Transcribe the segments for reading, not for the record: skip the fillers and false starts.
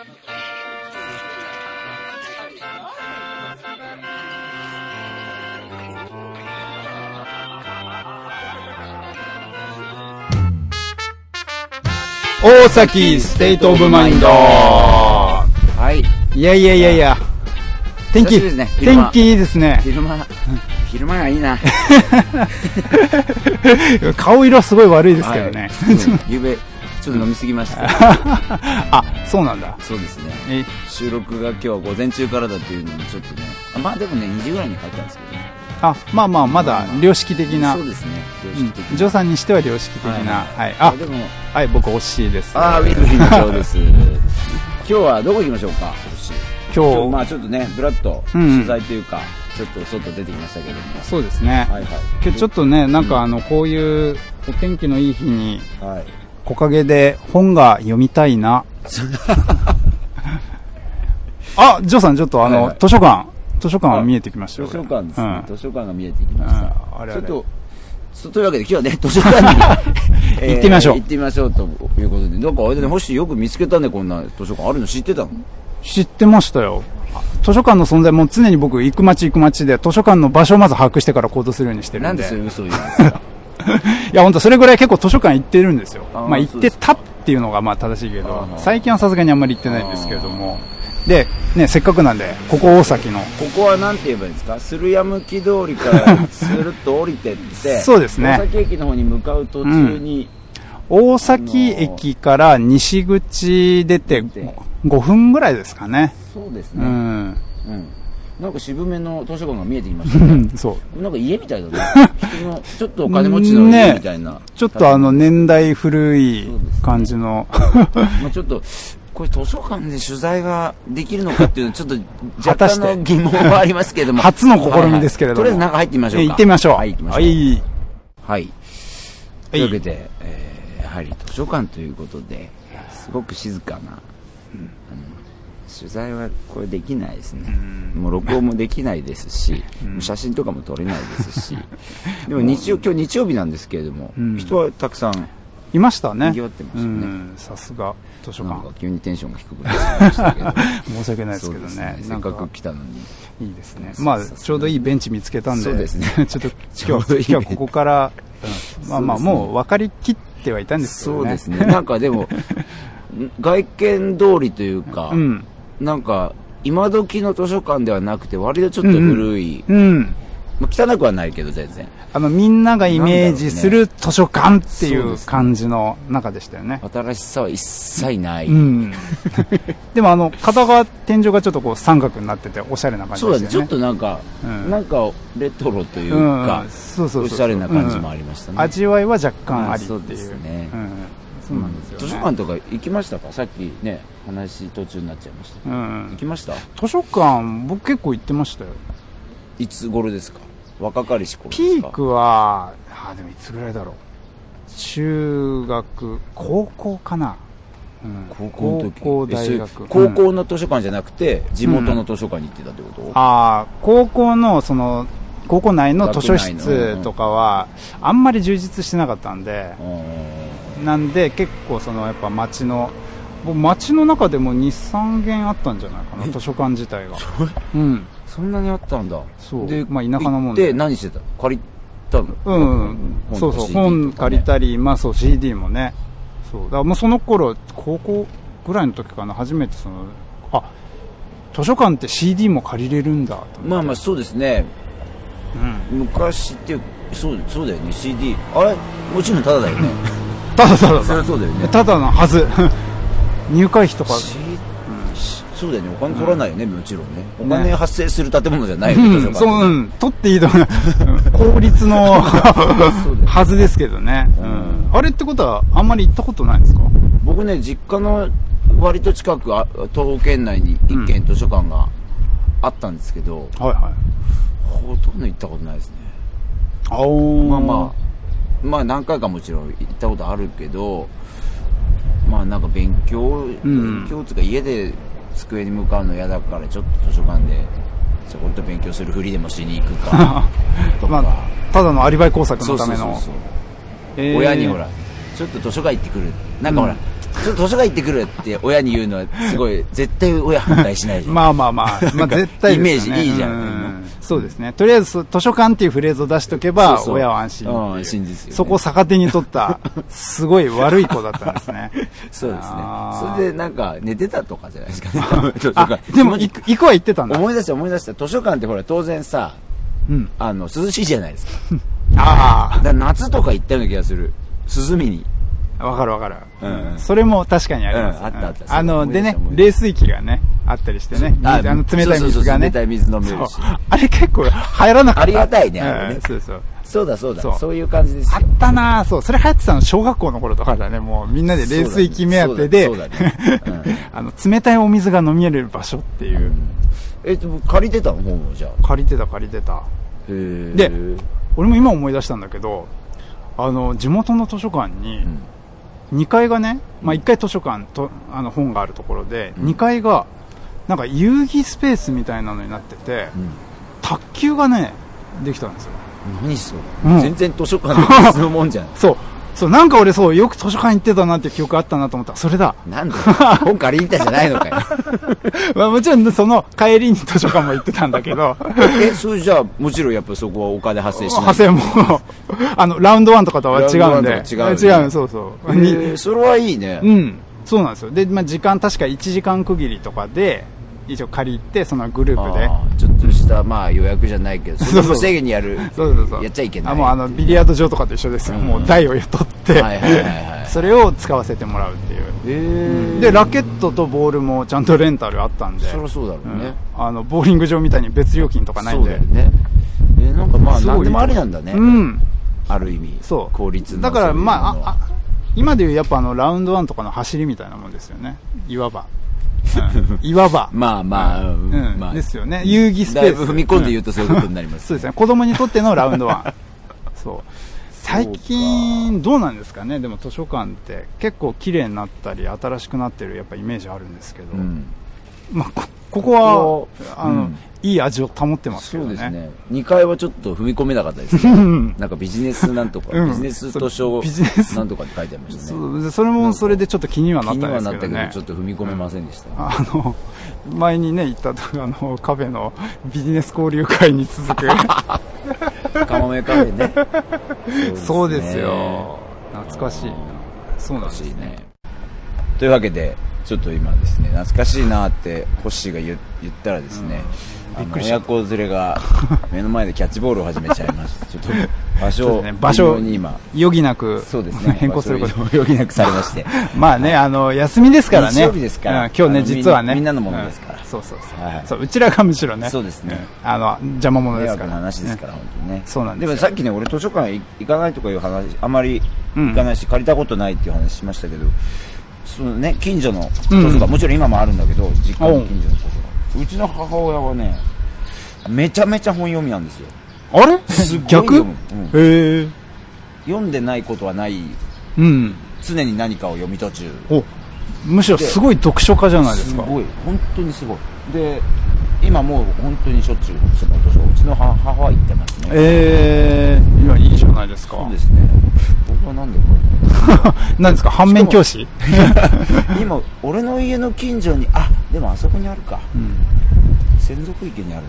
大崎ステートオブマインド。はい。いや。天気いいですね。 昼間がいいな。 顔色すごい悪いですけどね。 ゆうべちょっと飲みすぎました。 あ、そうなんだ。 そうですね。収録が今日は午前中からだというのもちょっとね。まあでもね、2時ぐらいに帰ったんですけどね。 あ、まあまだ良識的な。 そうですね。良識的な。 ジョーさんにしては良識的な。はい。あ、でもはい、僕惜しいです。 ウィルフィンの今日です。今日はどこ行きましょうか。今日まあちょっとね、ブラッと取材というか、ちょっと外出てきましたけども。 そうですね。今日ちょっとね、なんかこういうお天気のいい日に、木陰で本が読みたいな。あ、ジョーさんちょっと図書館が見えてきましたよ。 図書館ですね。図書館が見えてきました。ちょっとというわけで今日はね、図書館に行ってみましょう。 行ってみましょうということで、なんかあれでね、星よく見つけたね、こんな図書館あるの知ってたの？ 知ってましたよ。図書館の存在も常に僕行く街で図書館の場所をまず把握してから行動するようにしてるんで。 なんでそういう嘘を言うんですか？ いや本当それぐらい結構図書館行ってるんですよ。まあ行ってたっていうのがまあ正しいけど、最近はさすがにあんまり行ってないんですけれども。で、ね、せっかくなんで、ここ大崎の。 ここはなんて言えばいいんですか？鶴屋向き通りからスルッと降りてって、 そうですね。 大崎駅の方に向かう途中に、 大崎駅から西口出て5分ぐらいですかね。 そうですね。なんか渋めの図書館が見えてきましたね。 そう。 なんか家みたいだね。ちょっとお金持ちの家みたいな。 ちょっと年代古い感じの。 まあちょっと、これ図書館で取材ができるのかっていうのはちょっと若干の疑問はありますけれども。 初の試みですけれども。 とりあえず中入ってみましょうか。 行ってみましょう。 はい、行きましょう。はい。というわけで、やはり図書館ということで、すごく静かな、取材はこれできないですね。もう録音もできないですし、写真とかも撮れないですし。でも今日日曜日なんですけれども、人はたくさんいましたね。 賑わってましたね。 さすが図書館。 なんか急にテンションが低くなりましたけど。 申し訳ないですけどね。 せっかく来たのに。 いいですね。まあちょうどいいベンチ見つけたんで。 そうですね。 ちょっと今日はここから、まあもう分かりきってはいたんですけどね。 そうですね。なんかでも外見通りというか、なんか今時の図書館ではなくて割とちょっと古い。汚くはないけど全然みんながイメージする図書館っていう感じの中でしたよね。 新しさは一切ない。 でも片側天井がちょっとこう三角になってておしゃれな感じでしたよね。 そうだね。ちょっとなんかレトロというか、おしゃれな感じもありましたね。 味わいは若干ありっていう。 そうですね。 そうなんですよね。 図書館とか行きましたか？さっきね話途中になっちゃいました。行きました？ 図書館僕結構行ってましたよ。 いつ頃ですか？若かりし頃ですか？ ピークはでもいつぐらいだろう。中学高校かな。 高校の時。 高校大学。 高校の図書館じゃなくて地元の図書館に行ってたってこと？ 高校の高校内の図書室とかはあんまり充実してなかったんで、なんで結構やっぱ街の中でも 2,3 軒あったんじゃないかな、図書館自体が。 そんなにあったんだ。 そう。で、まあ田舎のもんで。 で、何してた？借りたの？ そう、本借りたり、まあそう、CD もね。そう。だからもうその頃、高校ぐらいの時かな、初めて図書館って CD も借りれるんだと。 まあまあそうですね。昔って、そうだよね、CD。あれもちろんタダだよね。 タダ。 それはそうだよね。 タダのはず。入会費とか。 そうだよね。お金取らないよね、もちろんね。お金発生する建物じゃないよね。 取っていいと思う。公立のはずですけどね。あれってことはあんまり行ったことないんですか？ 僕ね、実家の割と近く、東北県内に一軒図書館があったんですけど、ほとんど行ったことないですね。まあ何回かもちろん行ったことあるけど、まあなんか勉強っていうか家で机に向かうの嫌だからちょっと図書館でちょこっと勉強するふりでもしに行くかとか、 ただのアリバイ工作のための。 親にほらちょっと図書館行ってくる、なんかほら、 ちょっと図書館行ってくるって親に言うのはすごい、絶対親反対しないじゃん。 まあ絶対ですよね。 イメージいいじゃん。 そうですね。とりあえず図書館っていうフレーズを出しとけば、親は安心。 安心ですよね。 そこを逆手に取った、すごい悪い子だったんですね。 そうですね。それでなんか寝てたとかじゃないですかね。 でも行くは行ってたんだ。 思い出した。図書館ってほら当然さ、涼しいじゃないですか。だから夏とか行ったような気がする。涼みに。 わかる。それも確かにあります。 あった。 でね、冷水器がね、あったりしてね。冷たい水がね。 冷たい水飲めるし。 あれ結構入らなかった。 ありがたいね。そうだ。そういう感じですよ。 あったなぁ。それ流行ってたの小学校の頃とかだね。もうみんなで冷水器目当てで、冷たいお水が飲みれる場所っていう。 借りてたの本をじゃあ。 借りてた。で、俺も今思い出したんだけど、地元の図書館に、2階がね、1階図書館と、本があるところで、2階が、なんか遊戯スペースみたいなのになってて、卓球がね、できたんですよ。 何それ、全然図書館で別のもんじゃん。 そう、なんか俺よく図書館行ってたなって記憶あったなと思ったら、それだ。 なんで本借りに行ったじゃないのかよ。 もちろんその帰りに図書館も行ってたんだけど。 それじゃあ、もちろんやっぱそこはお金発生しない。 発生も、ラウンド1とかとは違うんで。違う、そう。 それはいいね。 そうなんですよ。で、時間確か1時間区切りとかで、一応借りて、そのグループで。 ちょっとした予約じゃないけど、それ無制限にやる。やっちゃいけない。 もうビリヤード場とかと一緒ですよ。もう台を雇って、それを使わせてもらうっていう。で、ラケットとボールもちゃんとレンタルあったんで。 そりゃそうだろうね。 ボーリング場みたいに別料金とかないんで。 そうだよね。なんか何でもありなんだね。ある意味。効率の。 だから今でいうやっぱラウンド1とかの走りみたいなもんですよね。いわば。ですよね。遊戯スペース。 だいぶ踏み込んで言うとそういうことになります。 そうですね。子供にとってのラウンド1。そう。最近、どうなんですかね。でも図書館って結構綺麗になったり、新しくなってるやっぱイメージあるんですけど。ここは、いい味を保ってますけどね。そうですね。 2階はちょっと踏み込めなかったですね。なんかビジネスなんとか、ビジネス図書なんとかって書いてありましたね。 それもそれでちょっと気にはなったんですけどね。 気にはなったけど、ちょっと踏み込めませんでした。 前にね、行ったカフェのビジネス交流会に続く。 カモメカフェね。 そうですよ。懐かしい。そうなんですね。 というわけで、ちょっと今ですね、懐かしいなってホッシーが言ったらですね、親子連れが目の前でキャッチボールを始めちゃいました。ちょっと場所に今余儀なく変更すること余儀なくされまして。 休みですからね。 日曜日ですから。 今日ね、実はね。 みんなのものですから。 そう。うちらがむしろね。 そうですね。 邪魔者ですから。 迷惑な話ですから、本当にね。 そうなんです。 でもさっきね、俺図書館行かないとかいう話、あまり行かないし、借りたことないっていう話しましたけど、そのね、近所の図書館、もちろん今もあるんだけど、実家の近所の図書館。うちの母親はね、めちゃめちゃ本読みなんですよ。 あれ逆？ へえ。読んでないことはない。常に何かを読み途中。 むしろすごい読書家じゃないですか。 すごい。本当にすごい。で、今もう本当にしょっちゅうその図書、うちの母は行ってますね。 今いいじゃないですか。 そうですね。僕はなんでこれ。 何ですか、反面教師？ 今、俺の家の近所に、でもあそこにあるか。洗足池にある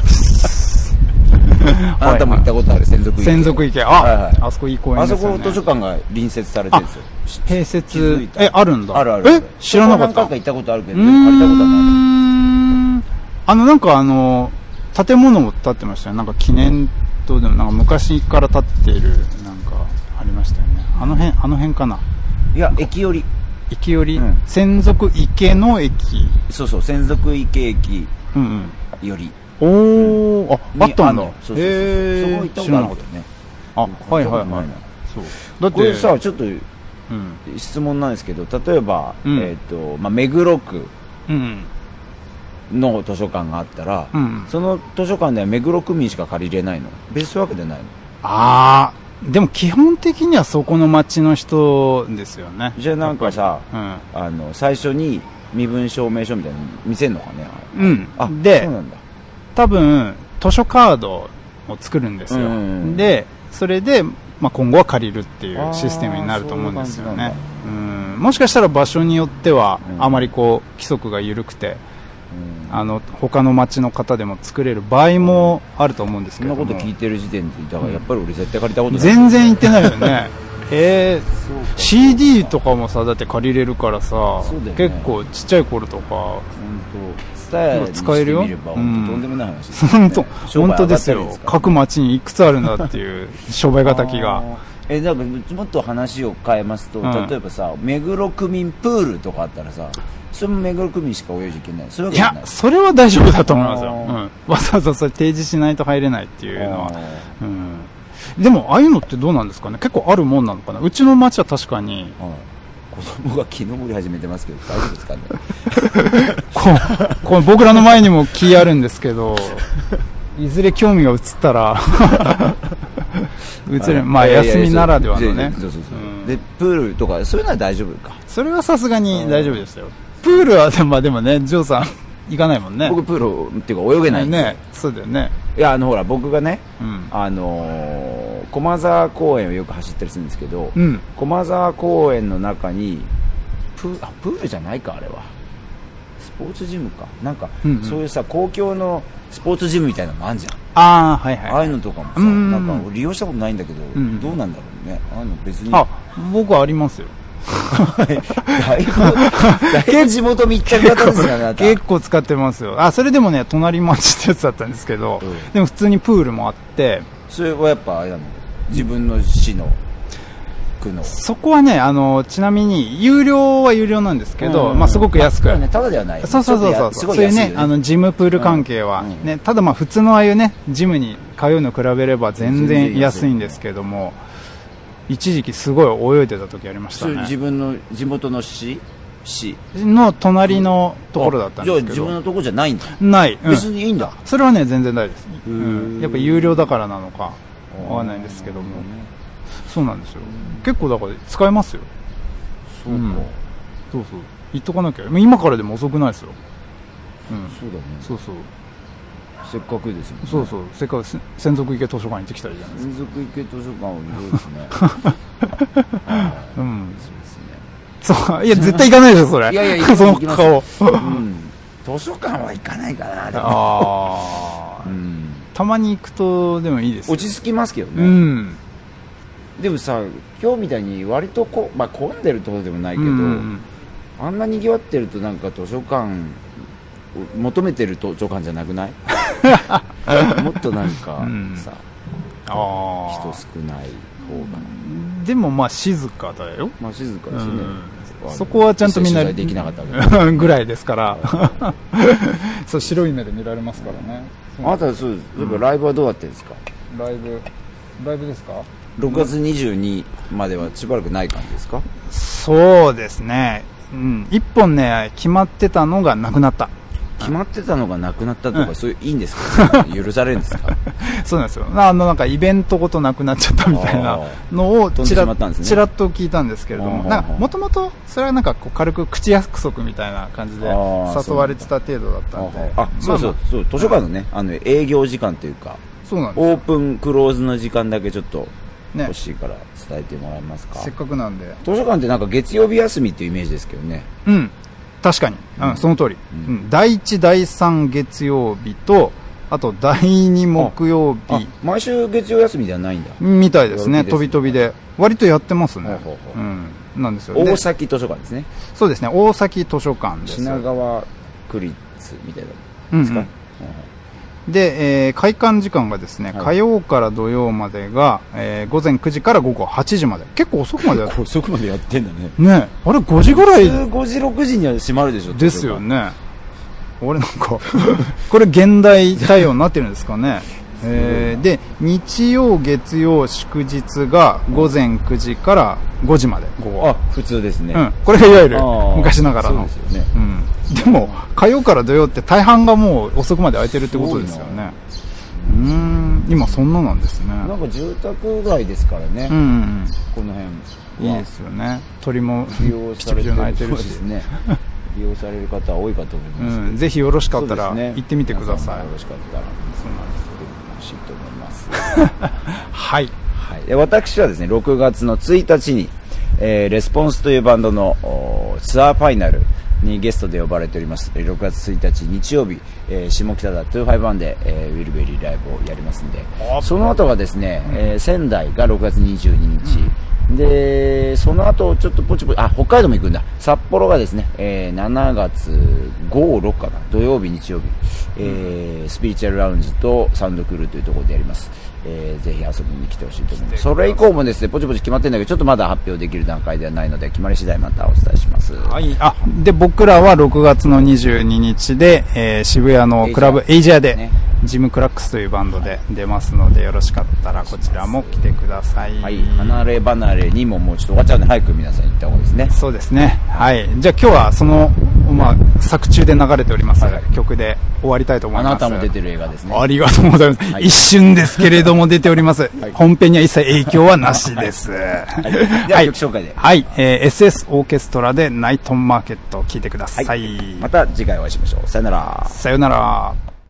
な。あなたも行ったことある、洗足池。 洗足池。あそこいい公園ですよね。 あそこ図書館が隣接されてるんですよ。 併設、あるんだ。 ある。 知らなかった。 何回か行ったことあるけど、でも借りたことはない。 なんか建物も建ってましたよ。なんか記念塔でも、なんか昔から建っている、なんかありましたよね。あの辺かな。 いや、駅寄り。 駅寄り、洗足池の駅。 そう、洗足池駅より。 あったんだ。 そう。そこ行ったことあるけどね。 はい。そう。だってこれさ、ちょっと質問なんですけど、例えば目黒区の図書館があったら、その図書館では目黒区民しか借りれないの？別そういうわけでないの？ でも基本的にはそこの町の人ですよね。 じゃあなんかさ、最初に身分証明書みたいなの見せんのかね？ で、 そうなんだ。 多分図書カードを作るんですよ。で、それで今後は借りるっていうシステムになると思うんですよね。 もしかしたら場所によってはあまりこう規則が緩くて、他の町の方でも作れる場合もあると思うんですけども。 そんなこと聞いてる時点で、だからやっぱり俺絶対借りたことない。 全然行ってないよね。CD とかもさ、だって借りれるからさ、ね、結構ちっちゃい頃とか、 使えるよ。とんでもない話です、ね。 本当ですよ。各町にいくつあるんだっていう商売敵が。 だからもっと話を変えますと、例えばさ、目黒区民プールとかあったらさ、それも目黒区民しか泳いじゃいけない。それは、いや、 それは大丈夫だと思いますよ。わざわざそれ提示しないと入れないっていうのは。でも、ああいうのってどうなんですかね。結構あるもんなのかな。うちの町は確かに。 子供が木登り始めてますけど、大丈夫ですかね。 こう僕らの前にも木あるんですけど、いずれ興味が移ったら、まあ休みならではのね。 で、プールとか、そういうのは大丈夫か。 それはさすがに大丈夫ですよ。プールは、でもね、ジョーさん、行かないもんね。 僕プールっていうか泳げないんで。 ね、そうだよね。 いや、ほら、僕がね、駒沢公園をよく走ったりするんですけど、駒沢公園の中に、プールじゃないか、あれは。スポーツジムか。なんか、そういうさ、公共のスポーツジムみたいなのもあるじゃん。ああいうのとかもさ、なんか利用したことないんだけど、どうなんだろうね。ああいうの別に。 僕はありますよ。 だいぶ地元密着型ですね、あなた。 結構使ってますよ。それでもね、隣町ってやつだったんですけど、でも普通にプールもあって、 それはやっぱあれなの、自分の市の区の。 そこはね、ちなみに有料は有料なんですけど、すごく安く。 ただではない。 そういうね、ジムプール関係はね、ただ普通のああいうね、ジムに通うの比べれば全然安いんですけども、一時期すごい泳いでた時ありましたね。 自分の地元の市の隣のところだったんですけど。 じゃあ自分のところじゃないんだ。 ない。 別にいいんだ。 それはね、全然大丈夫です。やっぱ有料だからなのか、わかんないんですけども。そうなんですよ。結構だから使えますよ。 そうか。 そう。言っとかなきゃ。今からでも遅くないですよ。 そうだね。 そう。 せっかくですよね。 せっかく専属池図書館行ってきたらいいじゃないですか。 専属池図書館はそうですね。 そうですね。いや、絶対行かないですよ、それ。 いや、 その顔。 図書館は行かないかな、 たまに行くと、でもいいです。 落ち着きますけどね。でもさ、今日みたいに割と混んでるところでもないけど、あんなに賑わってるとなんか図書館、求めてる図書館じゃなくないもっとなんかさ、人少ない方が。 でも静かだよ。 静かですね。 そこはちゃんとみんなできなかったぐらいですから。そう、白い目で見られますからね。 あなたそうライブはどうやってるんですか？ ライブですか ？6月22まではしばらくない感じですか？ そうですね。一本ね、決まってたのがなくなった。 決まってたのがなくなったとか、そういういいんですか？許されるんですか？ そうなんですよ。なんかイベントごとなくなっちゃったみたいなのをちらっと聞いたんですけれども、もともとそれはなんか軽く口約束みたいな感じで誘われてた程度だったんで。 そう、図書館のね、営業時間というか、 そうなんです。 オープンクローズの時間だけちょっと欲しいから伝えてもらえますか？ せっかくなんで。 図書館ってなんか月曜日休みっていうイメージですけどね。 確かに。その通り。第1、第3月曜日と、あと第2木曜日。 毎週月曜休みではないんだ。 みたいですね。飛び飛びで。割とやってますね。なんですよ。 大崎図書館ですね。 そうですね。大崎図書館です。 品川区立みたいなですか？ で、開館時間がですね、火曜から土曜までが、午前9時から午後8時まで。結構遅くまでやってる。 遅くまでやってんだね。 ねあれ5時ぐらい。 普通5時、6時には閉まるでしょ。 ですよね。俺なんか、これ現代対応になってるんですかね。で、日曜、月曜、祝日が午前9時から5時まで。 普通ですね。 これがいわゆる昔ながらの。 そうですよね。 でも、火曜から土曜って大半がもう遅くまで空いてるってことですよね。今そんななんですね。 なんか住宅街ですからね。この辺。 いいですよね。鳥もピチピチ鳴いてるし。 利用される方は多いかと思います。 ぜひよろしかったら行ってみてください。 よろしかったら。そうなんです。欲しいと思います。 はい。 私はですね、6月の1日に、 レスポンスというバンドのツアーファイナルにゲストで呼ばれております。6月1日日曜日、下北沢251で、ウィルベリーライブをやりますんで、その後がですね、仙台が6月22日、で、その後ちょっとポチポチ、北海道も行くんだ。札幌がですね、7月5、6かな、土曜日、日曜日、スピリチュアルラウンジとサウンドクルーというところでやります。ぜひ遊びに来てほしいと思います。それ以降もですね、ポチポチ決まってるんだけど、ちょっとまだ発表できる段階ではないので、決まり次第またお伝えします。 はい。で、僕らは6月の22日で、渋谷のクラブエイジアで、ジムクラックスというバンドで出ますので、よろしかったらこちらも来てください。 はい。離れ離れにももうちょっと終わっちゃうんで、早く皆さん行った方がいいですね。 そうですね。はい。じゃあ今日はその、作中で流れております、曲で終わりたいと思います。 あなたも出てる映画ですね。 ありがとうございます。一瞬ですけれども出ております。本編には一切影響はなしです。 では曲紹介で。 はい。SS オーケストラでナイトマーケットを聴いてください。 また次回お会いしましょう。さよなら。 さよなら。